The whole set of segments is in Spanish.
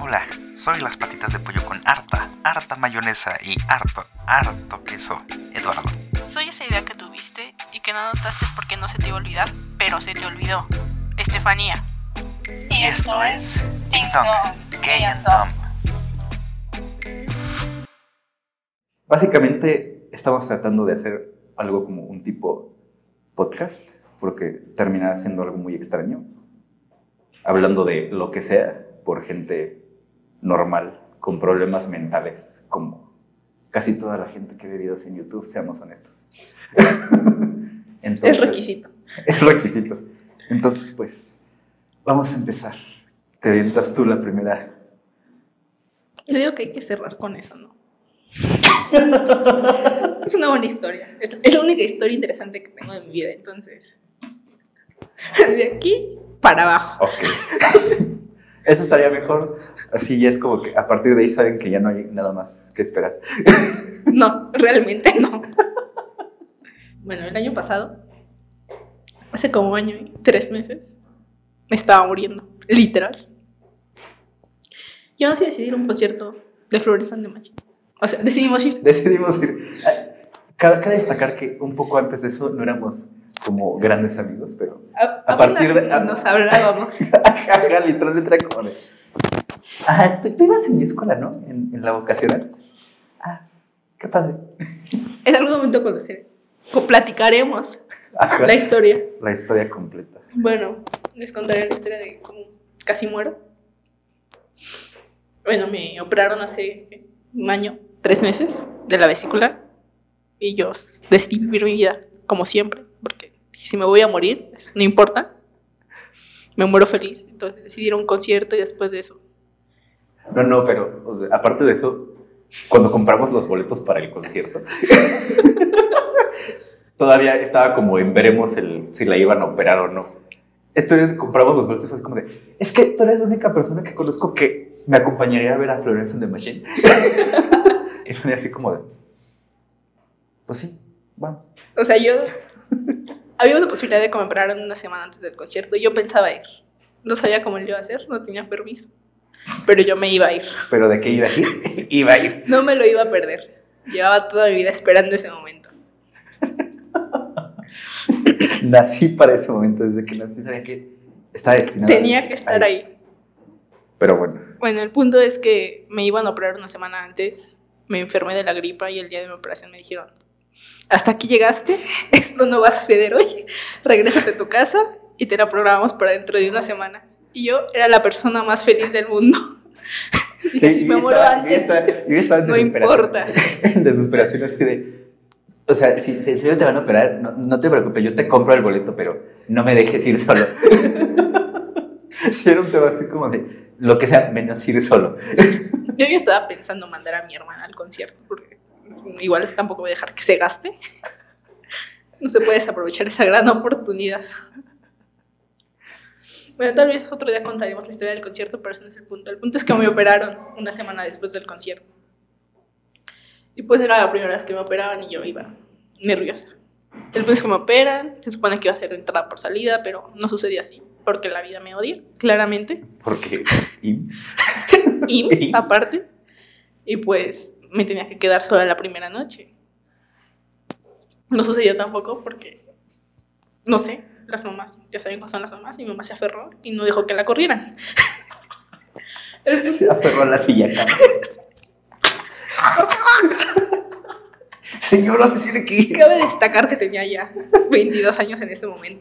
Hola, soy las patitas de pollo con harta mayonesa y harto queso, Eduardo. Soy esa idea que tuviste y que no notaste porque no se te iba a olvidar, pero se te olvidó. Estefanía. Y esto es Ting Tong, Gay and Dumb. Básicamente estamos tratando de hacer algo como un tipo podcast, porque terminará siendo algo muy extraño, hablando de lo que sea por gente normal, con problemas mentales, como casi toda la gente que ve videos en YouTube, seamos honestos. Entonces, Es requisito. Es requisito. Entonces, pues, vamos a empezar. Te avientas tú la primera. Yo digo que hay que cerrar con eso, ¿no? Es una buena historia. Es la única historia interesante que tengo de mi vida, entonces. De aquí para abajo. Ok. Eso estaría mejor. Así ya es como que a partir de ahí saben que ya no hay nada más que esperar. No, realmente no. Bueno, el año pasado, hace como 1 año y 3 meses, me estaba muriendo, literal. Yo no sé decidir un concierto de Florence and the Machine. O sea, decidimos ir. Cabe destacar que un poco antes de eso no éramos como grandes amigos, pero a Apenas partir de... nos hablábamos. Ajá, literalmente era como de... Ah, tú ibas en mi escuela, ¿no? En la vocacional. Ah, qué padre. En algún momento conocer. Platicaremos. Ajá. La historia. La historia completa. Bueno, les contaré la historia de cómo casi muero. Bueno, me operaron hace 1 año, 3 meses de la vesícula. Y yo decidí vivir mi vida como siempre, porque si me voy a morir, no importa, me muero feliz. Entonces decidí ir a un concierto y después de eso. No, pero o sea, aparte de eso, cuando compramos los boletos para el concierto, todavía estaba como en veremos si la iban a operar o no. Entonces compramos los boletos y fue como de, es que tú eres la única persona que conozco que me acompañaría a ver a Florence and the Machine. Y fue así como de, pues sí, vamos. O sea, había una posibilidad de que me operaran 1 semana antes del concierto y yo pensaba ir. No sabía cómo lo iba a hacer, no tenía permiso, pero yo me iba a ir. ¿Pero de qué iba a ir? Iba a ir. No me lo iba a perder. Llevaba toda mi vida esperando ese momento. Nací para ese momento, desde que nací sabía que estaba destinado. Tenía que estar ahí. Pero bueno. Bueno, el punto es que me iban a operar 1 semana antes. Me enfermé de la gripa y el día de mi operación me dijeron, hasta aquí llegaste, esto no va a suceder hoy, regrésate a tu casa y te la programamos para dentro de 1 semana. Y yo era la persona más feliz del mundo. Dije, si me muero antes, no importa. En desesperación así de, o sea, si te van a operar, no te preocupes, yo te compro el boleto, pero no me dejes ir solo. Si era un tema así como de, lo que sea, menos ir solo. Yo estaba pensando mandar a mi hermana al concierto, porque igual tampoco voy a dejar que se gaste. No se puede desaprovechar esa gran oportunidad. Bueno, tal vez otro día contaremos la historia del concierto, pero ese no es el punto. El punto es que me operaron 1 semana después del concierto. Y pues era la primera vez que me operaban y yo iba nerviosa. El punto es que me operan, se supone que iba a ser entrada por salida, pero no sucedió así, porque la vida me odia, claramente. Porque IMSS aparte. Y pues me tenía que quedar sola la primera noche. No sucedió tampoco porque, no sé, las mamás, ya saben cómo son las mamás, y mi mamá se aferró y no dejó que la corrieran. Se aferró a la silla. Señora, se tiene que ir. Cabe destacar que tenía ya 22 años en ese momento.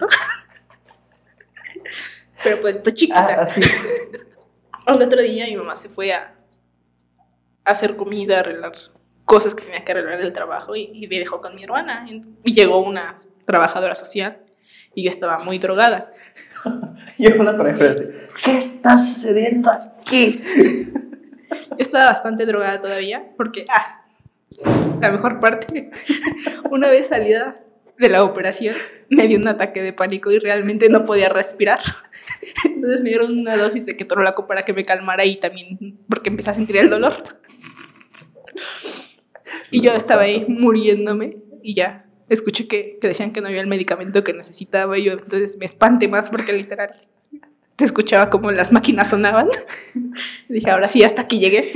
Pero pues estoy chiquita. Sí. Al otro día mi mamá se fue a hacer comida, arreglar cosas que tenía que arreglar del trabajo y me dejó con mi hermana. Y llegó una trabajadora social y yo estaba muy drogada. Yo la traje así, ¿qué está sucediendo aquí? Yo estaba bastante drogada todavía porque, la mejor parte, una vez salida de la operación, me dio un ataque de pánico y realmente no podía respirar. Entonces me dieron una dosis de ketorolaco para que me calmara y también porque empecé a sentir el dolor. Y yo estaba ahí muriéndome y ya escuché que decían que no había el medicamento que necesitaba y yo entonces me espanté más porque literal te escuchaba como las máquinas sonaban. Dije, ahora sí, hasta aquí llegué.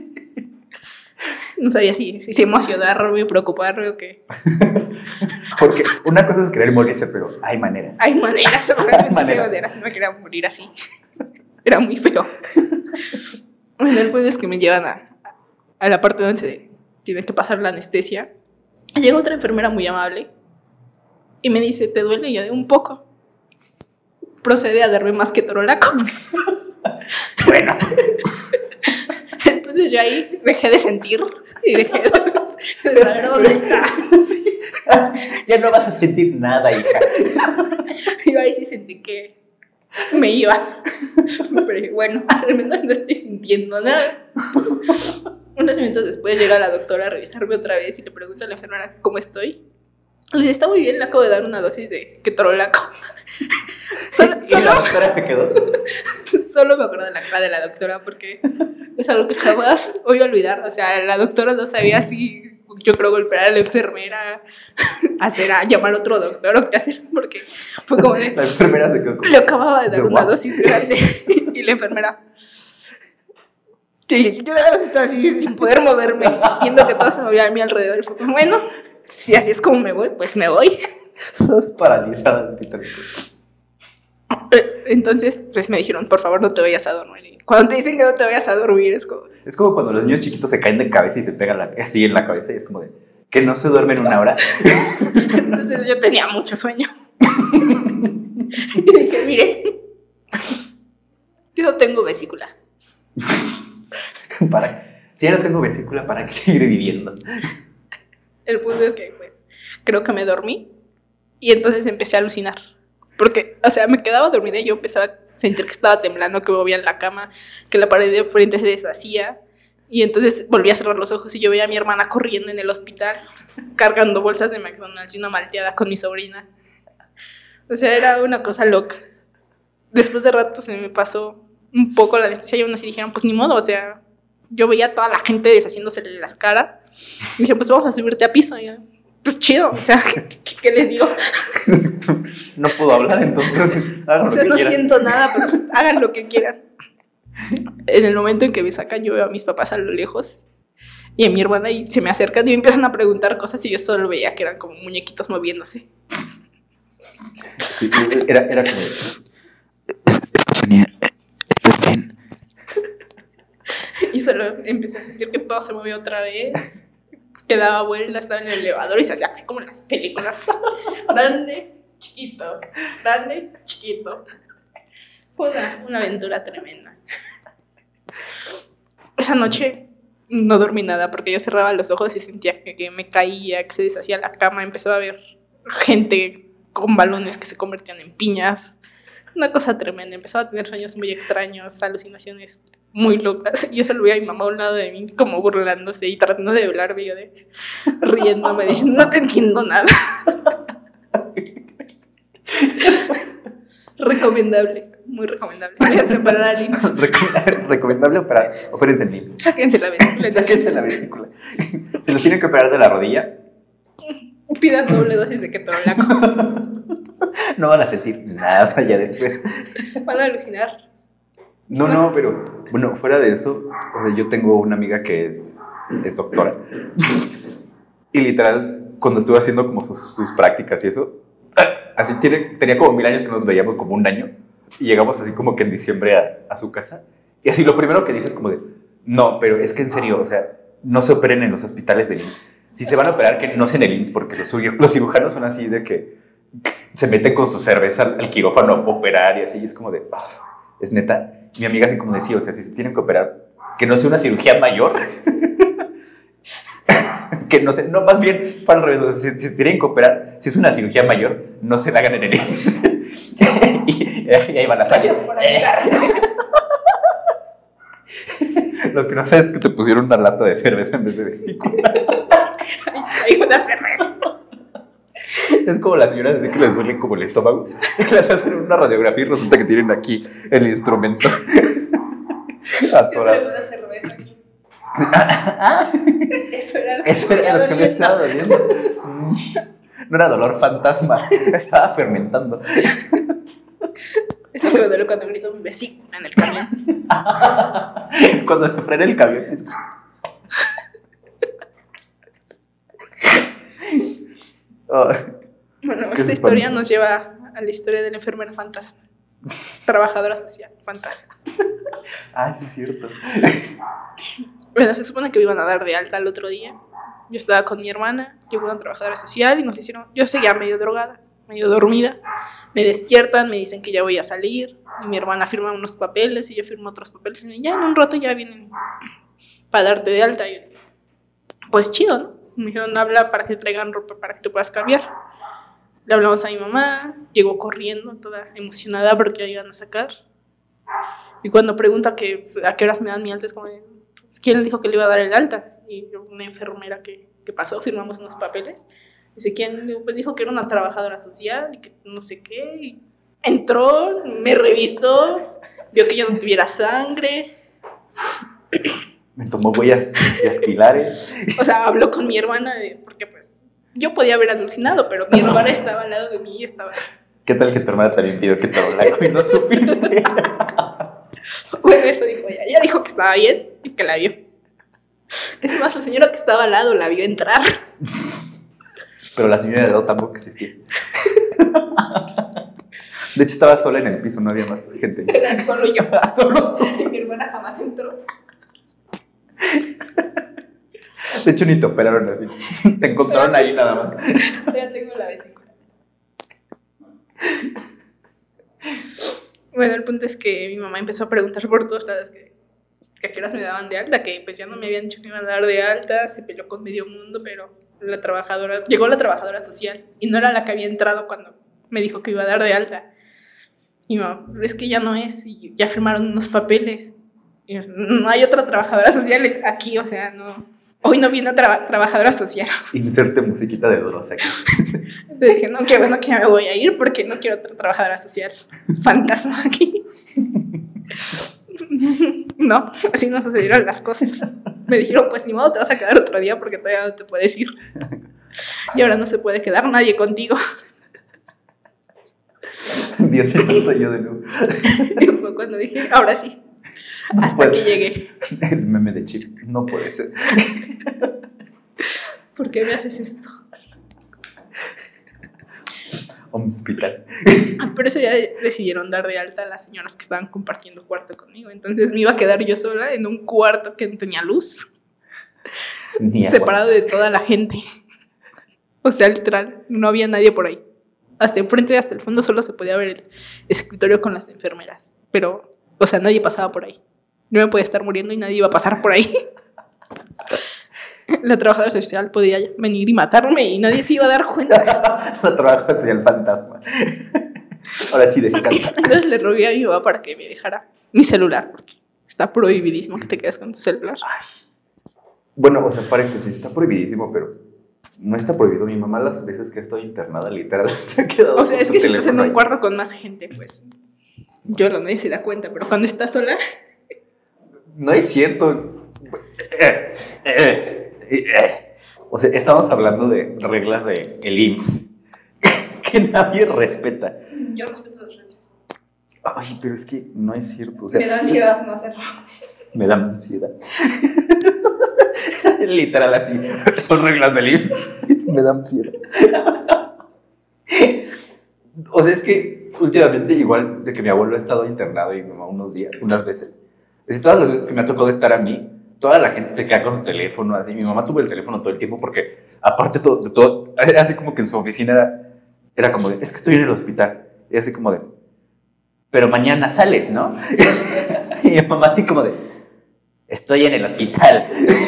No sabía si emocionarme, preocuparme o qué. Porque una cosa es querer morirse, pero hay maneras. Hay maneras, realmente hay maneras. No me quería morir así. Era muy feo. Bueno, el punto es que me llevan a la parte donde se tiene que pasar la anestesia. Llega otra enfermera muy amable y me dice, ¿te duele? Y yo de un poco. Procede a darme más ketorolaco. Bueno. Entonces yo ahí dejé de sentir y dejé de saber dónde está. Sí. Ya no vas a sentir nada, hija. Yo ahí sí sentí que me iba. Pero bueno, al menos no estoy sintiendo nada. Unos minutos después llega la doctora a revisarme otra vez y le pregunto a la enfermera cómo estoy. Le dice, está muy bien, le acabo de dar una dosis de ketorolaco. ¿Y la doctora se quedó? Solo me acuerdo de la cara de la doctora porque es algo que jamás voy a olvidar. O sea, la doctora no sabía si, yo creo, golpear a la enfermera, llamar a otro doctor o qué hacer, porque fue como de... La enfermera se quedó como... Le acababa de dar una dosis grande y la enfermera... Yo de verdad estaba así sin poder moverme, viendo que todo se movía a mi alrededor. Y fue como, bueno, si así es como me voy, pues me voy. Estás paralizada, literalmente. Entonces, pues me dijeron, por favor, no te vayas a dormir. Y cuando te dicen que no te vayas a dormir, es como... Es como cuando los niños chiquitos se caen de cabeza y se pegan así en la cabeza y es como de, que no se duermen una hora. Entonces yo tenía mucho sueño. Y dije, miren, yo no tengo vesícula. Si ya no tengo vesícula, ¿para qué seguir viviendo? El punto es que, pues, creo que me dormí y entonces empecé a alucinar. Porque, o sea, me quedaba dormida y yo empezaba a sentir que estaba temblando, que me movía en la cama, que la pared de enfrente se deshacía. Y entonces volví a cerrar los ojos y yo veía a mi hermana corriendo en el hospital, cargando bolsas de McDonald's y una malteada con mi sobrina. O sea, era una cosa loca. Después de rato se me pasó un poco la anestesia y aún así dijeron, pues ni modo, o sea, yo veía a toda la gente deshaciéndose la cara. Y dije, pues vamos a subirte a piso. Y yo, pues chido, o sea, ¿qué les digo? No puedo hablar, entonces hagan o sea, no quieran. siento nada, pero pues, hagan lo que quieran. En el momento en que me sacan, yo veo a mis papás a lo lejos y a mi hermana y se me acercan y me empiezan a preguntar cosas y yo solo veía que eran como muñequitos moviéndose. Era como... Estefanía, ¿estás bien? Y solo empecé a sentir que todo se movió otra vez, que daba vuelta, estaba en el elevador y se hacía así como en las películas. Grande, chiquito, grande, chiquito. Fue una aventura tremenda. Esa noche no dormí nada porque yo cerraba los ojos y sentía que me caía, que se deshacía la cama. Empezaba a ver gente con balones que se convertían en piñas. Una cosa tremenda. Empezaba a tener sueños muy extraños, alucinaciones muy locas. Yo solo veía a mi mamá a un lado de mí como burlándose y tratando de hablarme, yo de riéndome, diciendo, no te entiendo nada. Recomendable, muy recomendable. Váyanse a parar al IMSS. Recomendable operar. Opérense en IMSS. Sáquense la vesícula. Sáquense la vesícula. Si los tienen que operar de la rodilla, pidan doble dosis de ketorolaco. no van a sentir nada ya después. Van a alucinar. No, pero bueno, fuera de eso, o sea, yo tengo una amiga que es doctora. Y literal, cuando estuve haciendo como sus prácticas y eso, así tenía como 1000 años que nos veíamos como un año. Y llegamos así como que en diciembre a su casa. Y así lo primero que dice es como de, no, pero es que en serio, o sea, no se operen en los hospitales de IMSS. Si se van a operar, que no sea en el IMSS, porque los cirujanos son así de que se meten con su cerveza al quirófano a operar y así. Y es como de, es neta. Mi amiga así como decía, o sea, si se tienen que operar, que no sea una cirugía mayor. Que no sé, no, más bien fue al revés. O sea, si se tienen que operar, si es una cirugía mayor, no se la hagan en el IMSS. y ahí va la frase. Gracias por avisar. Lo que no sabes es que te pusieron una lata de cerveza en vez de vesícula. Hay una cerveza. Es como las señoras que les duele como el estómago. Les hacen una radiografía y resulta que tienen aquí el instrumento. Yo traigo una cerveza aquí. Eso era lo que me estaba doliendo. No era dolor fantasma, estaba fermentando. Es lo que me duele cuando grito mi vecino en el camión. Cuando se frena el camión. Bueno, esta historia nos lleva a la historia de la enfermera fantasma. Trabajadora social, fantasma. Ah, sí es cierto. Bueno, se supone que me iban a dar de alta el otro día. Yo estaba con mi hermana, llegó una trabajadora social y nos hicieron... Yo seguía medio drogada, medio dormida. Me despiertan, me dicen que ya voy a salir. Y mi hermana firma unos papeles y yo firmo otros papeles. Y ya en un rato ya vienen para darte de alta. Y yo, pues chido, ¿no? Me dijeron, habla para que traigan ropa para que te puedas cambiar. Le hablamos a mi mamá, llegó corriendo, toda emocionada porque iban a sacar. Y cuando pregunta a qué horas me dan mi alta, es como, ¿quién le dijo que le iba a dar el alta? Y una enfermera que pasó, firmamos unos papeles. Dice, ¿quién? Pues dijo que era una trabajadora social y que no sé qué. Y entró, me revisó, vio que yo no tuviera sangre. Me tomó huellas dactilares. O sea, habló con mi hermana porque pues yo podía haber alucinado, pero mi hermana estaba al lado de mí y estaba... ¿Qué tal que tu hermana también pidió que te blanco y no supiste? Bueno, eso dijo ella. Ella dijo que estaba bien y que la vio. Es más, la señora que estaba al lado la vio entrar. Pero la señora de al lado tampoco existía. De hecho, estaba sola en el piso, no había más gente. Era solo yo. Solo tú. Mi hermana jamás entró. De hecho, ni te operaron así. Te encontraron ahí nada más. Ya tengo la vesícula. Bueno, el punto es que mi mamá empezó a preguntar por todos lados que a qué horas me daban de alta, que pues ya no me habían dicho que me iban a dar de alta, se peleó con medio mundo, pero llegó la trabajadora social y no era la que había entrado cuando me dijo que iba a dar de alta. Y mamá, es que ya no es, y ya firmaron unos papeles. Y no hay otra trabajadora social aquí, o sea, no. Hoy no viene otra trabajadora social. Inserte musiquita de Dross aquí. Entonces dije, no, qué bueno que ya me voy a ir porque no quiero otra trabajadora social fantasma aquí. No, así no sucedieron las cosas. Me dijeron, pues ni modo, te vas a quedar otro día porque todavía no te puedes ir. Y ahora no se puede quedar nadie contigo. Diosito, soy yo de nuevo. Y fue cuando dije, ahora sí. No hasta puede. que llegué. El meme de Chip, no puede ser. ¿Por qué me haces esto? Hospital. Pero ese día decidieron dar de alta a las señoras que estaban compartiendo cuarto conmigo. Entonces me iba a quedar yo sola en un cuarto que no tenía luz. Separado de toda la gente. O sea, literal, no había nadie por ahí. Hasta enfrente, hasta el fondo, solo se podía ver el escritorio con las enfermeras. Pero, o sea, nadie pasaba por ahí. Yo me podía estar muriendo y nadie iba a pasar por ahí. La trabajadora social podía venir y matarme y nadie se iba a dar cuenta. La trabajadora social fantasma. Ahora sí descansa. Entonces le rogué a mi mamá para que me dejara mi celular, porque está prohibidísimo que te quedes con tu celular. Ay. Bueno, o sea, paréntesis, está prohibidísimo, pero no está prohibido. Mi mamá las veces que ha estado internada, literal, se ha quedado. O sea, es que si estás en un ahí. cuarto con más gente, pues nadie se da cuenta, pero cuando estás sola... No es cierto. O sea, estamos hablando de reglas de el IMSS que nadie respeta. Yo respeto las reglas. Ay, pero es que no es cierto. O sea, Me da ansiedad no hacerlo. Me da ansiedad. Literal así. Son reglas del IMSS. Me da ansiedad. O sea, es que últimamente, igual de que mi abuelo ha estado internado y mi mamá unas veces. Es que todas las veces que me ha tocado estar a mí, toda la gente se queda con su teléfono. Así. Mi mamá tuvo el teléfono todo el tiempo porque, aparte de todo, era así como que en su oficina era como de, es que estoy en el hospital. Y así como de, pero mañana sales, ¿no? Y mi mamá así como de, estoy en el hospital.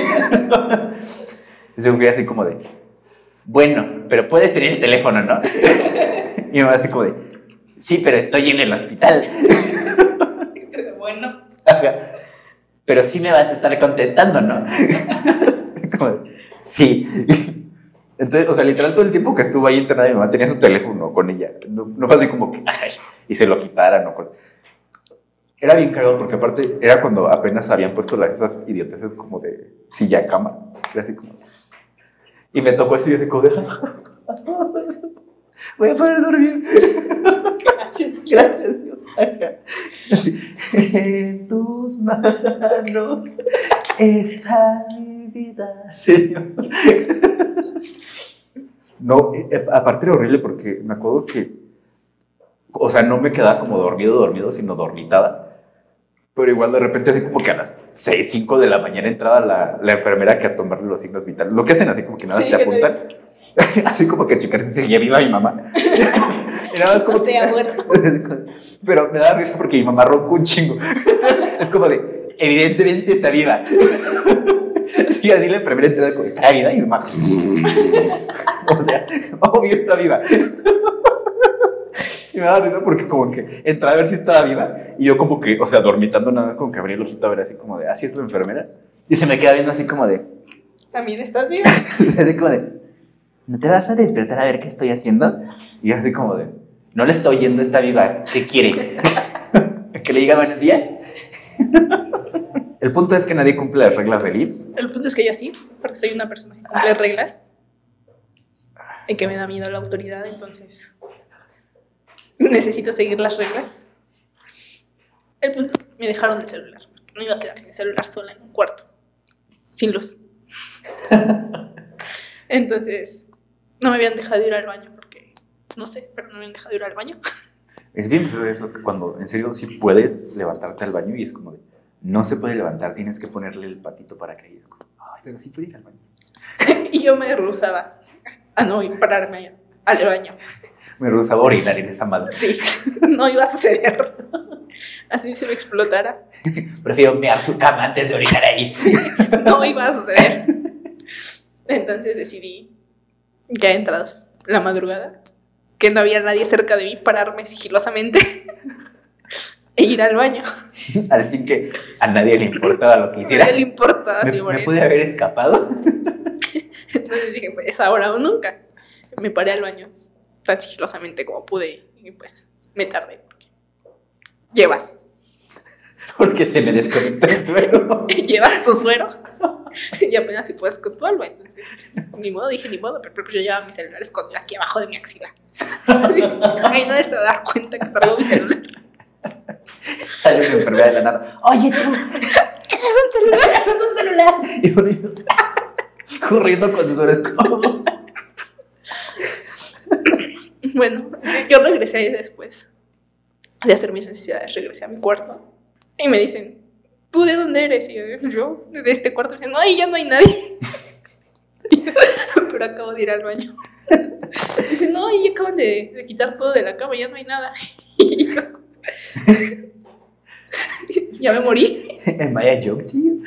Y yo fui así como de, bueno, pero puedes tener el teléfono, ¿no? Y mi mamá así como de, sí, pero estoy en el hospital. Bueno. Ajá. Pero sí me vas a estar contestando, ¿no? Como de, sí. Entonces, o sea, literal todo el tiempo que estuvo ahí internada mi mamá tenía su teléfono con ella. No fue así como que, ay, y se lo quitaran o con... Era bien cagado porque aparte era cuando apenas habían puesto esas idioteces como de silla cama. Era así como... Y me tocó así como de... Voy a poder dormir. Gracias, Dios. Gracias, Dios. Así, en tus manos está mi vida, Señor. No, aparte era horrible porque me acuerdo que, o sea, no me quedaba como dormido, sino dormitaba. Pero igual de repente así como que a las 6, 5 de la mañana entraba la enfermera que a tomarle los signos vitales. Lo que hacen así como que nada más te apuntan. Así como que checar si seguía viva mi mamá. Y nada más como o sea, muerto. Pero me da risa porque mi mamá roncó un chingo. Entonces es como de, evidentemente está viva. Sí, así la enfermera entraba como, ¿estará viva? Y mi mamá, o sea, obvio está viva. Y me daba risa porque como que entré a ver si estaba viva y yo como que, o sea, dormitando nada más como que abrí el ojito a ver así como de, así es la enfermera. Y se me queda viendo así como de... ¿También estás viva? Así como de, ¿no te vas a despertar a ver qué estoy haciendo? Y así como de, no le estoy oyendo, está viva, ¿qué quiere? ¿Que le diga buenos días? El punto es que nadie cumple las reglas del IMSS. El punto es que yo sí, porque soy una persona que cumple reglas y que me da miedo la autoridad, entonces... necesito seguir las reglas. El punto es que me dejaron el celular. No iba a quedar sin celular sola en un cuarto, sin luz. Entonces, no me habían dejado ir al baño porque, no sé, pero no me habían dejado ir al baño. Es bien feo eso, que cuando en serio sí puedes levantarte al baño y es como de, no se puede levantar, tienes que ponerle el patito para que es como, ay, pero sí puede ir al baño. Y yo me rehusaba a no pararme al baño. Me rehusaba a orinar en esa madre. Sí, no iba a suceder. Así se me explotara. Prefiero mear su cama antes de orinar ahí. Sí, no iba a suceder. Entonces decidí, ya entrados la madrugada, que no había nadie cerca de mí, pararme sigilosamente e ir al baño. Al fin que a nadie le importaba lo que hiciera. A nadie le importaba si ¿Me pude haber escapado? Entonces dije, pues ahora o nunca. Me paré al baño tan sigilosamente como pude y pues me tardé. Llevas. Porque se me desconectó el suero. Llevas tu suero y apenas si puedes con tu alma. Entonces, ni modo, pero yo llevaba mi celular escondido aquí abajo de mi axila. Ahí nadie se va a dar cuenta que traigo mi celular. Sale una enfermedad de la nada. Oye, tú, ¡eso es un celular! ¡eso es un celular! Y bueno, yo, corriendo con su suero. Bueno, yo regresé ahí después de hacer mis necesidades. Regresé a mi cuarto y me dicen, ¿tú de dónde eres? Y yo de este cuarto. Y me dicen, no, ahí ya no hay nadie. Pero acabo de ir al baño. Y dicen, no, ahí acaban de quitar todo de la cama, ya no hay nada. Y yo, ya me morí. ¿Am I a joke to you?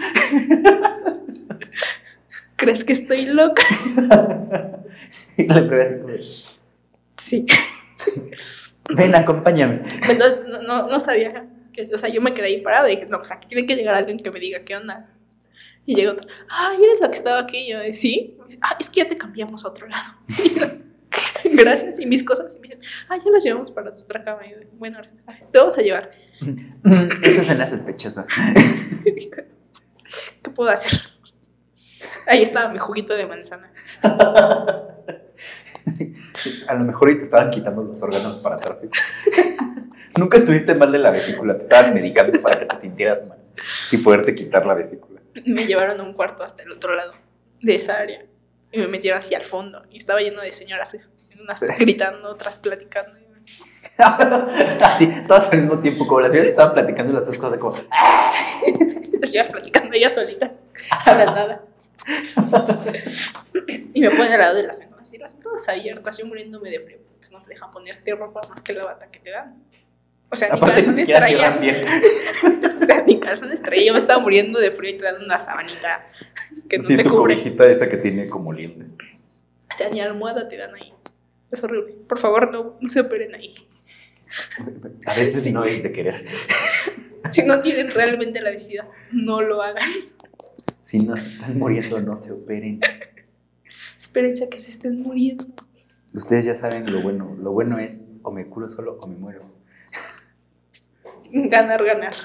¿Crees que estoy loca? Y la enfermera así como, Sí. ven, acompáñame. Entonces no sabía que, o sea, yo me quedé ahí parada y dije, no, pues aquí tiene que llegar alguien que me diga qué onda. Y llegó otra, ay, eres la que estaba aquí. Y yo, sí, es que ya te cambiamos a otro lado. Y yo, gracias, y mis cosas. Y me dicen, ya las llevamos para tu otra cama. Y yo, bueno, gracias, te vamos a llevar. Esa suena sospechosa. ¿Qué puedo hacer? Ahí estaba mi juguito de manzana. A lo mejor ahí te estaban quitando los órganos para tráfico. Nunca estuviste mal de la vesícula, te estaban medicando para que te sintieras mal y poderte quitar la vesícula. Me llevaron a un cuarto hasta el otro lado de esa área y me metieron hacia el fondo y estaba lleno de señoras, unas gritando, otras platicando. Así, todas al mismo tiempo, como las señoras estaban platicando y las tres cosas como las señoras platicando ellas solitas a la nada. Y me ponen al lado de las ventanas y las ventanas abiertas, yo muriéndome de frío, porque no te dejan ponerte ropa más que la bata que te dan. O sea, aparte ni calzones traía. O sea, ni calzones traía, yo me estaba muriendo de frío y te dan una sabanita que no sí, te tu cubre. cobijita esa que tiene como liendes. O sea, ni almohada te dan ahí. Es horrible. Por favor, no se operen ahí. A veces Sí. no es de querer. Si no tienen realmente la necesidad, no lo hagan. Si no se están muriendo, no se operen. Espérense a que se estén muriendo. Ustedes ya saben lo bueno. Lo bueno es o me curo solo o me muero. Ganar.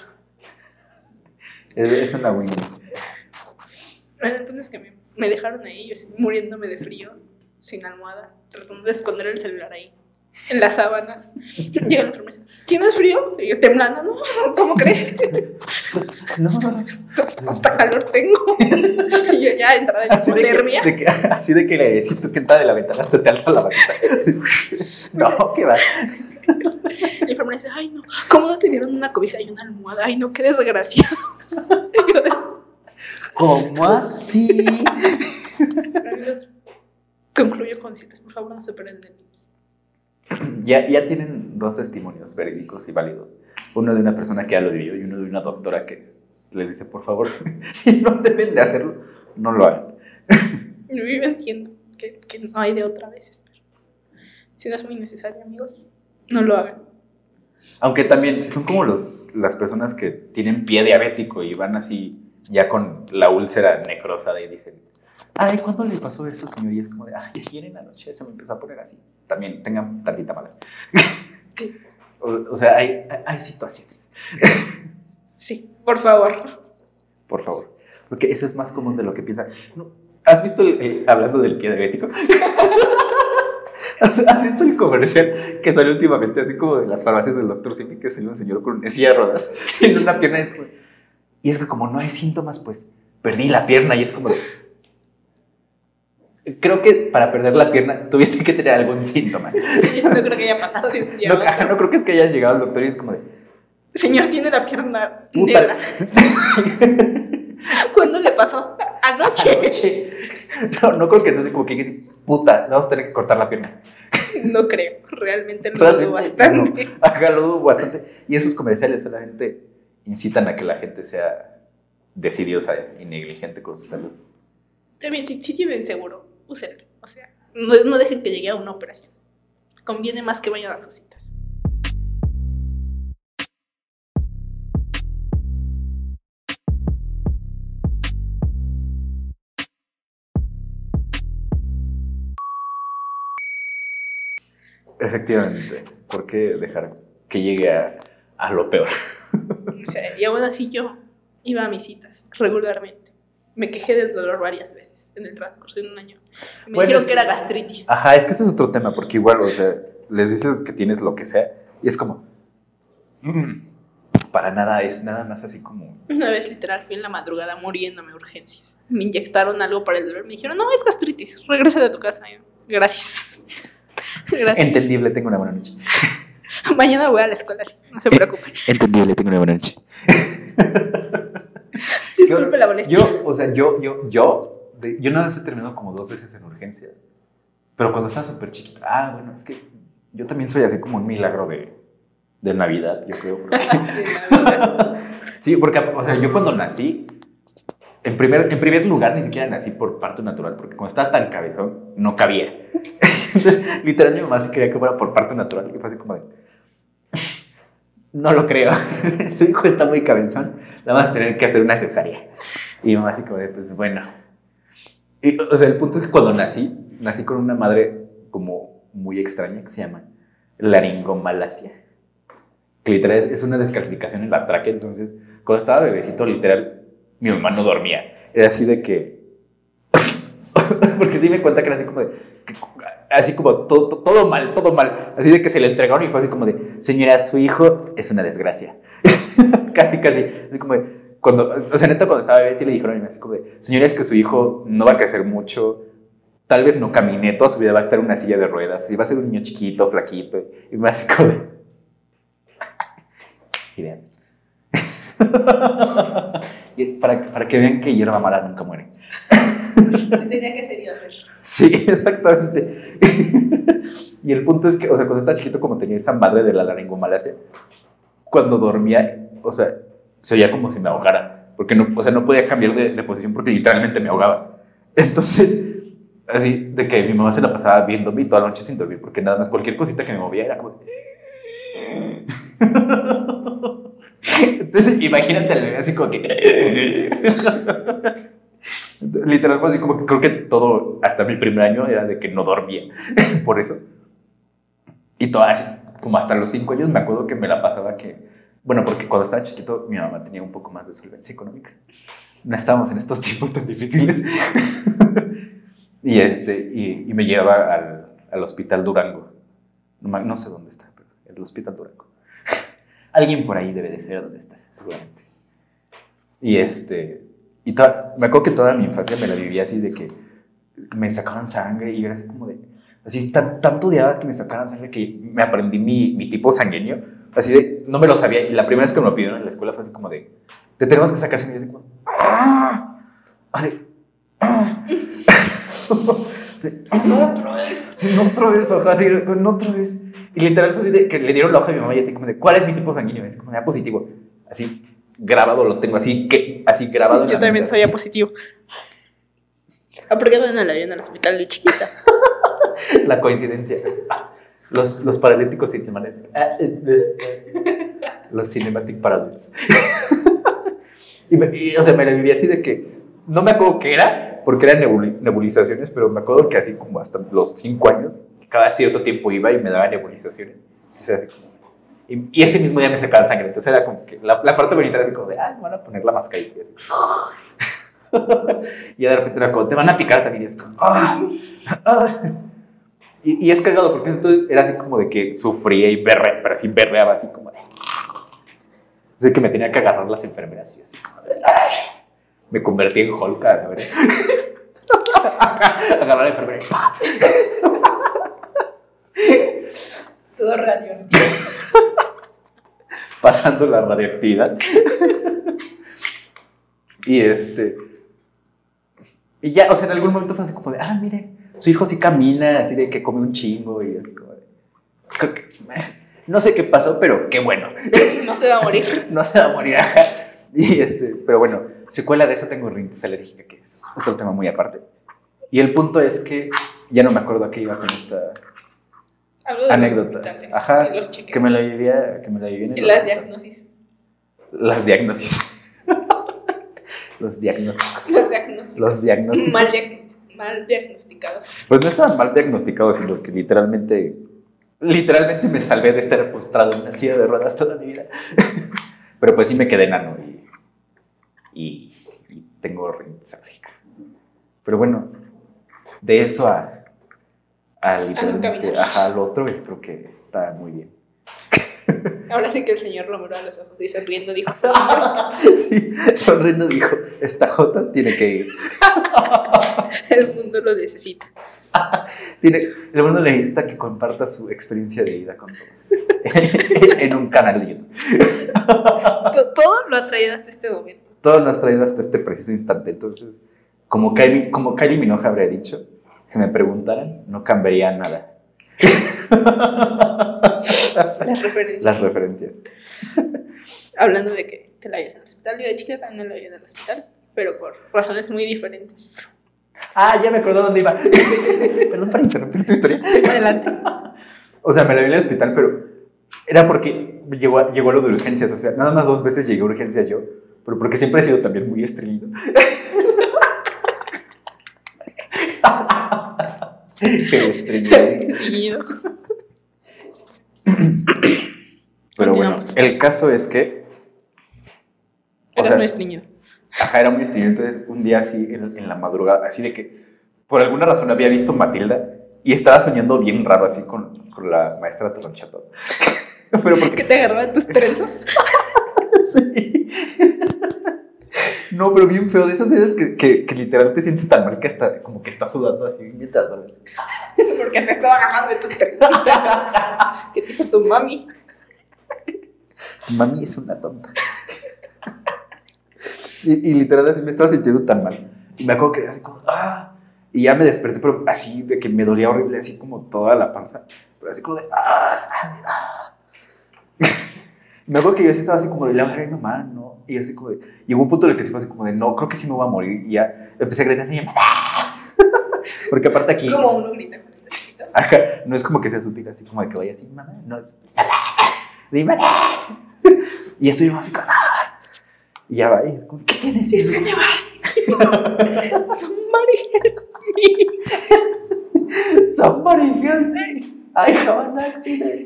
Es una win. Bueno, el punto es que me dejaron ahí, yo así, muriéndome de frío, sin almohada, tratando de esconder el celular ahí. en las sábanas. Llega la enfermera y dice, ¿tienes frío? Y yo temblando, no, ¿cómo crees? No, Hasta calor tengo. Y yo ya entrada en hipotermia. Así de que si tú que entras de la ventana hasta te alza la manita. No, ¿qué va? La enfermera dice, ay no, ¿cómo no te dieron una cobija y una almohada? Ay no, qué desgraciados. Y yo de, ¿cómo así? amigos, concluyo con decirles, por favor, no se operen del IMSS. Ya tienen 2 testimonios verídicos y válidos. Uno de una persona que ya lo vivió y uno de una doctora que les dice, por favor, si no deben de hacerlo, no lo hagan. Yo entiendo que no hay de otra vez, pero si no es muy necesario, amigos, no lo hagan. Aunque también, si son como las personas que tienen pie diabético y van así ya con la úlcera necrosada y dicen, ay, ¿cuándo le pasó esto, señor? Y es como de, ay, ayer en la noche se me empezó a poner así. También tengan tantita madre. Sí. O sea, hay situaciones. Sí, por favor. Por favor. Porque eso es más común de lo que piensan. No, ¿has visto hablando del pie diabético? ¿Has visto el comercial que salió últimamente, así como de las farmacias del Dr. Simi, que salió un señor con una silla de ruedas sin una pierna? Y es que como no hay síntomas, pues perdí la pierna y es como de... Creo que para perder la pierna tuviste que tener algún síntoma. Sí, no creo que haya pasado de un día a otro. No creo que es que hayas llegado al doctor y es como de... Señor, tiene la pierna puta. negra. ¿Cuándo le pasó? Anoche. No creo que sea así como que dice, puta, vamos a tener que cortar la pierna. No creo, realmente lo dudo bastante. No, ajá, lo dudo bastante. Y esos comerciales solamente incitan a que la gente sea decidiosa y negligente con su salud. También, si tienen seguro, úsenlo. O sea, no dejen que llegue a una operación. Conviene más que vayan a sus citas. Efectivamente, ¿por qué dejar que llegue a lo peor? O sea, y aún así yo iba a mis citas regularmente. Me quejé del dolor varias veces en el transcurso de un año. Me dijeron que era gastritis. Ajá, es que ese es otro tema, porque igual, o sea, les dices que tienes lo que sea y es como... para nada, es nada más así como... Una vez literal fui en la madrugada muriéndome de urgencias. Me inyectaron algo para el dolor. Me dijeron, no, es gastritis, regresa de tu casa. Yo, gracias. Gracias. Entendible, tengo una buena noche. Mañana voy a la escuela, sí, no se preocupe. Entendible, tengo una buena noche. Disculpe la molestia. Yo nada más he terminado como 2 veces en urgencia. Pero cuando estaba súper chiquito. Ah, bueno, es que yo también soy así como un milagro de Navidad, yo creo. Porque... sí, porque, o sea, yo cuando nací, en primer lugar, ni siquiera nací por parto natural, porque cuando estaba tan cabezón, no cabía. Entonces, literal, mi mamá sí quería que fuera por parto natural. Y fue así como de... no lo creo. Su hijo está muy cabezón. Le vamos a tener que hacer una cesárea. Y mi mamá así como de, pues bueno. Y, o sea, el punto es que cuando nací con una madre como muy extraña que se llama laringomalacia. Que literal es una descalcificación en la tráquea. Entonces, cuando estaba bebecito, literal, mi mamá no dormía. Era así de que... porque sí me cuenta que era así como de... así como todo mal. Así de que se le entregaron y fue así como de... señora, su hijo es una desgracia. casi. Así como de... o sea, neta, cuando estaba bebé sí le dijeron así como de... señora, es que su hijo no va a crecer mucho. Tal vez no camine. Toda su vida va a estar en una silla de ruedas. Y va a ser un niño chiquito, flaquito. Y me así como de... y vean. Y para que vean que hierba mala nunca muere. Se tenía que hacer y hacer. Sí, exactamente. Y el punto es que, o sea, cuando estaba chiquito, como tenía esa madre de la laringomalacia, cuando dormía, o sea, se oía como si me ahogara. Porque no, o sea, no podía cambiar de posición porque literalmente me ahogaba. Entonces, así de que mi mamá se la pasaba viéndome toda la noche sin dormir, porque nada más cualquier cosita que me movía era como... Entonces, imagínate al bebé así como que... literal fue así como que creo que todo, hasta mi primer año, era de que no dormía. Por eso. Y como hasta los 5 años me acuerdo que me la pasaba que... bueno, porque cuando estaba chiquito mi mamá tenía un poco más de solvencia económica. No estábamos en estos tiempos tan difíciles. y me llevaba al hospital Durango. No sé dónde está, pero el Hospital Durango. Alguien por ahí debe de saber dónde está, seguramente. Y me acuerdo que toda mi infancia me la vivía así de que me sacaban sangre y era así como de... Así, tanto odiaba que me sacaran sangre que me aprendí mi tipo sanguíneo. Así de, no me lo sabía. Y la primera vez que me lo pidieron en la escuela fue así como de, te tenemos que sacar sangre. Y así como, ¡ah! Así, ¡ah! Así, ¡no, otra vez! Sí, no, otra vez, ojalá, así, no, otra vez. Y literal fue así de que le dieron la hoja a mi mamá y así como de, ¿cuál es mi tipo sanguíneo? Y así como de, positivo. Así, grabado lo tengo, así grabado. Yo también soy A positivo. ¿Por qué no la vi en el hospital de chiquita? La coincidencia. Los paralíticos cinematic. Los cinematic paradox. O sea, me la viví así de que no me acuerdo qué era, porque eran nebulizaciones, pero me acuerdo que así como hasta los 5 años, cada cierto tiempo iba y me daban nebulizaciones. Entonces, así como, y ese mismo día me sacaban sangre. Entonces era como que la parte bonita era así como de, me van a poner la mascarilla. Y así. Y de repente era como, te van a picar también. Y es como, Y es cagado porque entonces era así como de que sufría y pero así berreaba así como de... O sea, que me tenía que agarrar las enfermeras y así como de... Me convertí en Hulk, a ver. Agarrar a la enfermera y... Todo radioactivo. Pasando la radioactividad. Y y ya, o sea, en algún momento fue así como de, mire, su hijo sí camina, así de que come un chingo y así como de... No sé qué pasó, pero qué bueno. No se va a morir. No se va a morir, ajá. Y pero bueno, secuela de eso tengo rinitis alérgica, que es otro tema muy aparte. Y el punto es que ya no me acuerdo a qué iba con esta algo de anécdota. Los hospitales, ajá, los chequeos. que me la vivía en el y las diagnosis. Las diagnosis. Los diagnósticos. Los diagnósticos. Mal diagnosticados. Pues no estaban mal diagnosticados, sino que literalmente me salvé de estar postrado en una silla de ruedas toda mi vida. Pero pues sí me quedé enano y tengo rinitis alérgica. Pero bueno, de eso a literalmente al otro, creo que está muy bien. Ahora sí que el señor lo miró a los ojos y sonriendo dijo: sí, sonriendo dijo: esta jota tiene que ir. El mundo lo necesita. El mundo necesita que comparta su experiencia de vida con todos en un canal de YouTube. Todo lo ha traído hasta este momento. Todo lo has traído hasta este preciso instante. Entonces, como Kylie Minogue habría dicho, si me preguntaran, no cambiaría nada. Las referencias. Hablando de que te la llevas al hospital, yo de chiquita también me la llevé al hospital, pero por razones muy diferentes. Ya me acordé dónde iba. Perdón por interrumpir tu historia. Adelante. O sea, me la vi al hospital, pero era porque llegó a lo de urgencias. O sea, nada más 2 veces llegué a urgencias yo, pero porque siempre he sido también muy estreñido. Estreñido. Pero bueno, el caso es que... Eras muy estreñido. Ajá, era muy estreñido. Entonces, un día así, en la madrugada, así de que por alguna razón había visto Matilda y estaba soñando bien raro así con la maestra Tronchato. Pero porque... ¿Que te agarraban tus trenzas? Sí. No, pero bien feo, de esas veces que literal te sientes tan mal que hasta como que estás sudando así mientras duermes. Porque te estaba agarrando de tus trencitas. ¿Qué te hizo tu mami? Mami es una tonta. Y literal así me estaba sintiendo tan mal. Y me acuerdo que así como, y ya me desperté, pero así de que me dolía horrible, así como toda la panza. Pero así como de, Me acuerdo que yo así estaba así como de, la madre, mamá, no. Y así como de, llegó un punto en el que sí fue así como de, no, creo que sí me voy a morir. Y ya empecé a gritar así, porque aparte aquí... Como uno grita cuando está chiquito. Ajá, no es como que sea sutil, así como de que vaya así, mamá, no es... Dime. Y eso yo así como... Y ya va, y es como, ¿qué tienes? Y se me va. Somebody help me. Somebody help me. I have an accident.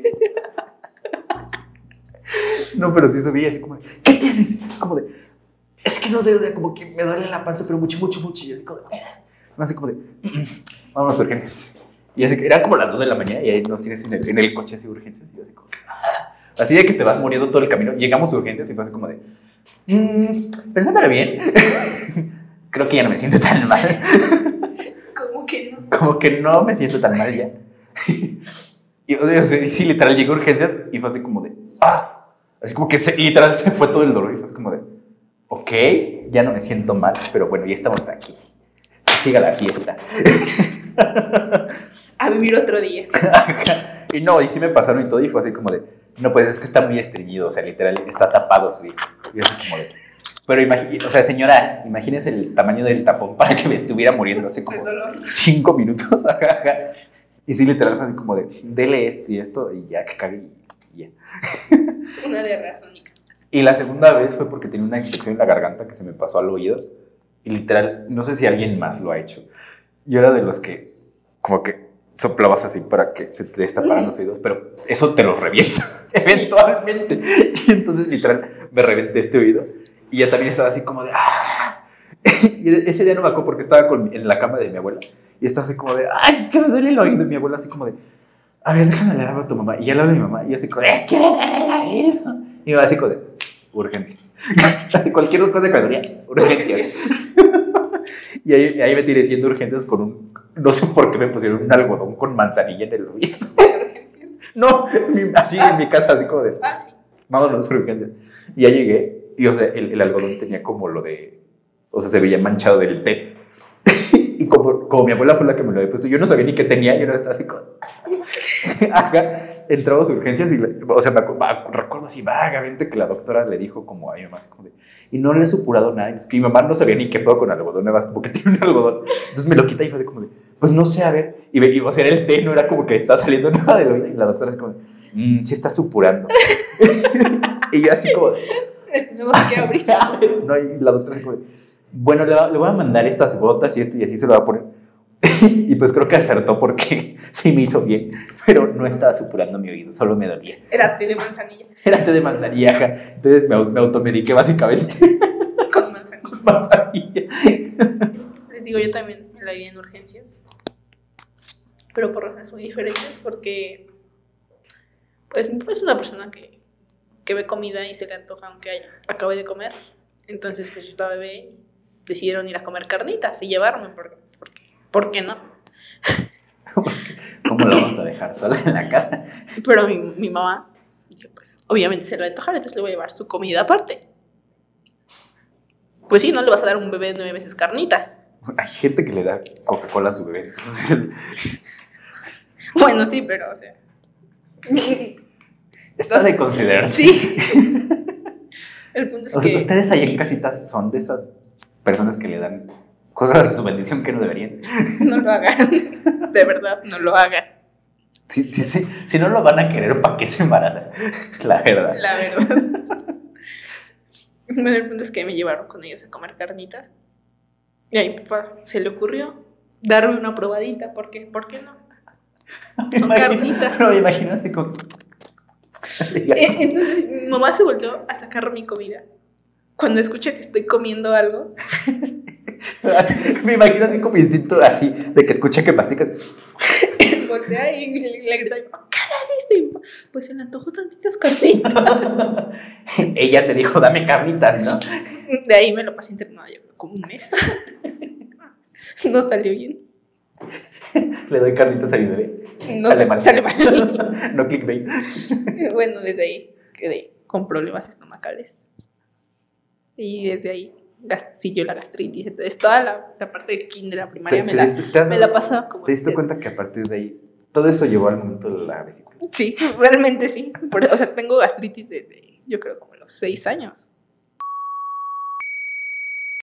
No, pero sí subí así como de, ¿qué tienes? Y así como de, es que no sé, o sea, como que me duele la panza, pero mucho, mucho, mucho. Y así como de, vamos a urgencias. Y así que eran como las 2 de la mañana y ahí nos tienes en el coche así urgencias. Y yo así como que, así de que te vas muriendo todo el camino. Llegamos a urgencias y fue así como de, pensándolo bien, creo que ya no me siento tan mal. ¿Cómo que no? Como que no me siento tan mal ya. Y o sea, sí, literal, llegó a urgencias y fue así como de, así como que literal se fue todo el dolor y fue así como de, ok, ya no me siento mal, pero bueno, ya estamos aquí. Que siga la fiesta. A vivir otro día. Y no, y sí me pasaron y todo y fue así como de, no, pues es que está muy estreñido, o sea, literal, está tapado su hijo. Y así como de, pero o sea, señora, imagínese el tamaño del tapón para que me estuviera muriendo hace como 5 minutos. Y sí, literal, fue así como de, dele esto y esto y ya, que cague y ya. Una de razónica. Y la segunda vez fue porque tenía una infección en la garganta que se me pasó al oído. Y literal, no sé si alguien más lo ha hecho. Yo era de los que, como que soplabas así para que se te destaparan los oídos, pero eso te los revienta eventualmente. Y entonces, literal, me reventé este oído. Y ya también estaba así como de, Y ese día no me acuerdo porque estaba en la cama de mi abuela. Y estaba así como de, es que me duele el oído. Y mi abuela así como de, a ver, déjame le hablar a tu mamá. Y ya le hablo a mi mamá. Y así como de, es que me duele el oído. Y mi mamá así como de, urgencias. Cualquier cosa que me dolía, urgencias. Y ahí me tiré siendo urgencias con no sé por qué me pusieron un algodón con manzanilla en el oído. ¿Urgencias? No, así en mi casa, así como de, Sí. vámonos urgencias. Y ya llegué. Y o sea, el algodón tenía como lo de, o sea, se veía manchado del té. Y como mi abuela fue la que me lo había puesto, yo no sabía ni qué tenía, yo no estaba así como... Entramos a urgencias y, o sea, recuerdo así vagamente que la doctora le dijo como a mi mamá, así como de, y no le he supurado nada. Y es que mi mamá no sabía ni qué pedo con algodón, nada más como que tiene un algodón. Entonces me lo quita y fue así como de, pues no sé, a ver. Y o sea, era el té, no era como que estaba saliendo nada del oído. Y la doctora así como de, sí está supurando. Y yo así como de... No se quiere abrir. No, y la doctora así como de, bueno, le voy a mandar estas gotas y esto y así se lo va a poner. Y pues creo que acertó porque sí me hizo bien, pero no estaba supurando mi oído, solo me dolía. Era té de manzanilla. Era té de manzanilla, entonces me automediqué básicamente. Con manzanilla. Con manzanilla. Les digo, yo también me la vi en urgencias, pero por razones muy diferentes, porque pues mi papá es una persona que ve comida y se le antoja aunque acabe de comer. Entonces pues estaba bebé y decidieron ir a comer carnitas y llevarme porque ¿por qué no? ¿Cómo la vamos a dejar sola en la casa? Pero mi mamá, pues, obviamente se lo va a antojar, entonces le voy a llevar su comida aparte. Pues sí, no le vas a dar a un bebé 9 veces carnitas. Hay gente que le da Coca-Cola a su bebé, entonces... Bueno, sí, pero, o sea... Está de considerarse. Sí. El punto es que... Ustedes ahí en casitas son de esas personas que le dan cosas a su bendición que no deberían. No lo hagan. De verdad, no lo hagan. Sí. Si no lo van a querer, ¿para qué se embarazan? La verdad. La verdad. Bueno, el punto es que me llevaron con ellos a comer carnitas. Y a mi papá se le ocurrió darme una probadita. ¿Por qué no? Son carnitas. No, imagínate con... Entonces mi mamá se volvió a sacar mi comida. Cuando escucha que estoy comiendo algo... Me imagino así como instinto así, de que escucha que masticas. Voltea y le grita, ¿qué le diste? Pues se le antojó tantitas carnitas. Ella te dijo, dame carnitas, ¿no? De ahí me lo pasé internado yo como un mes. No salió bien. Le doy carnitas a mi bebé. No sale mal. No clickbait. Bueno, desde ahí quedé con problemas estomacales. Y desde ahí siguió la gastritis. Entonces toda la parte de kinder, la primaria, me la pasaba como... ¿Te diste cuenta que a partir de ahí todo eso llevó al momento de la vesícula? Sí, realmente sí. O sea, tengo gastritis desde, yo creo, como los 6 años.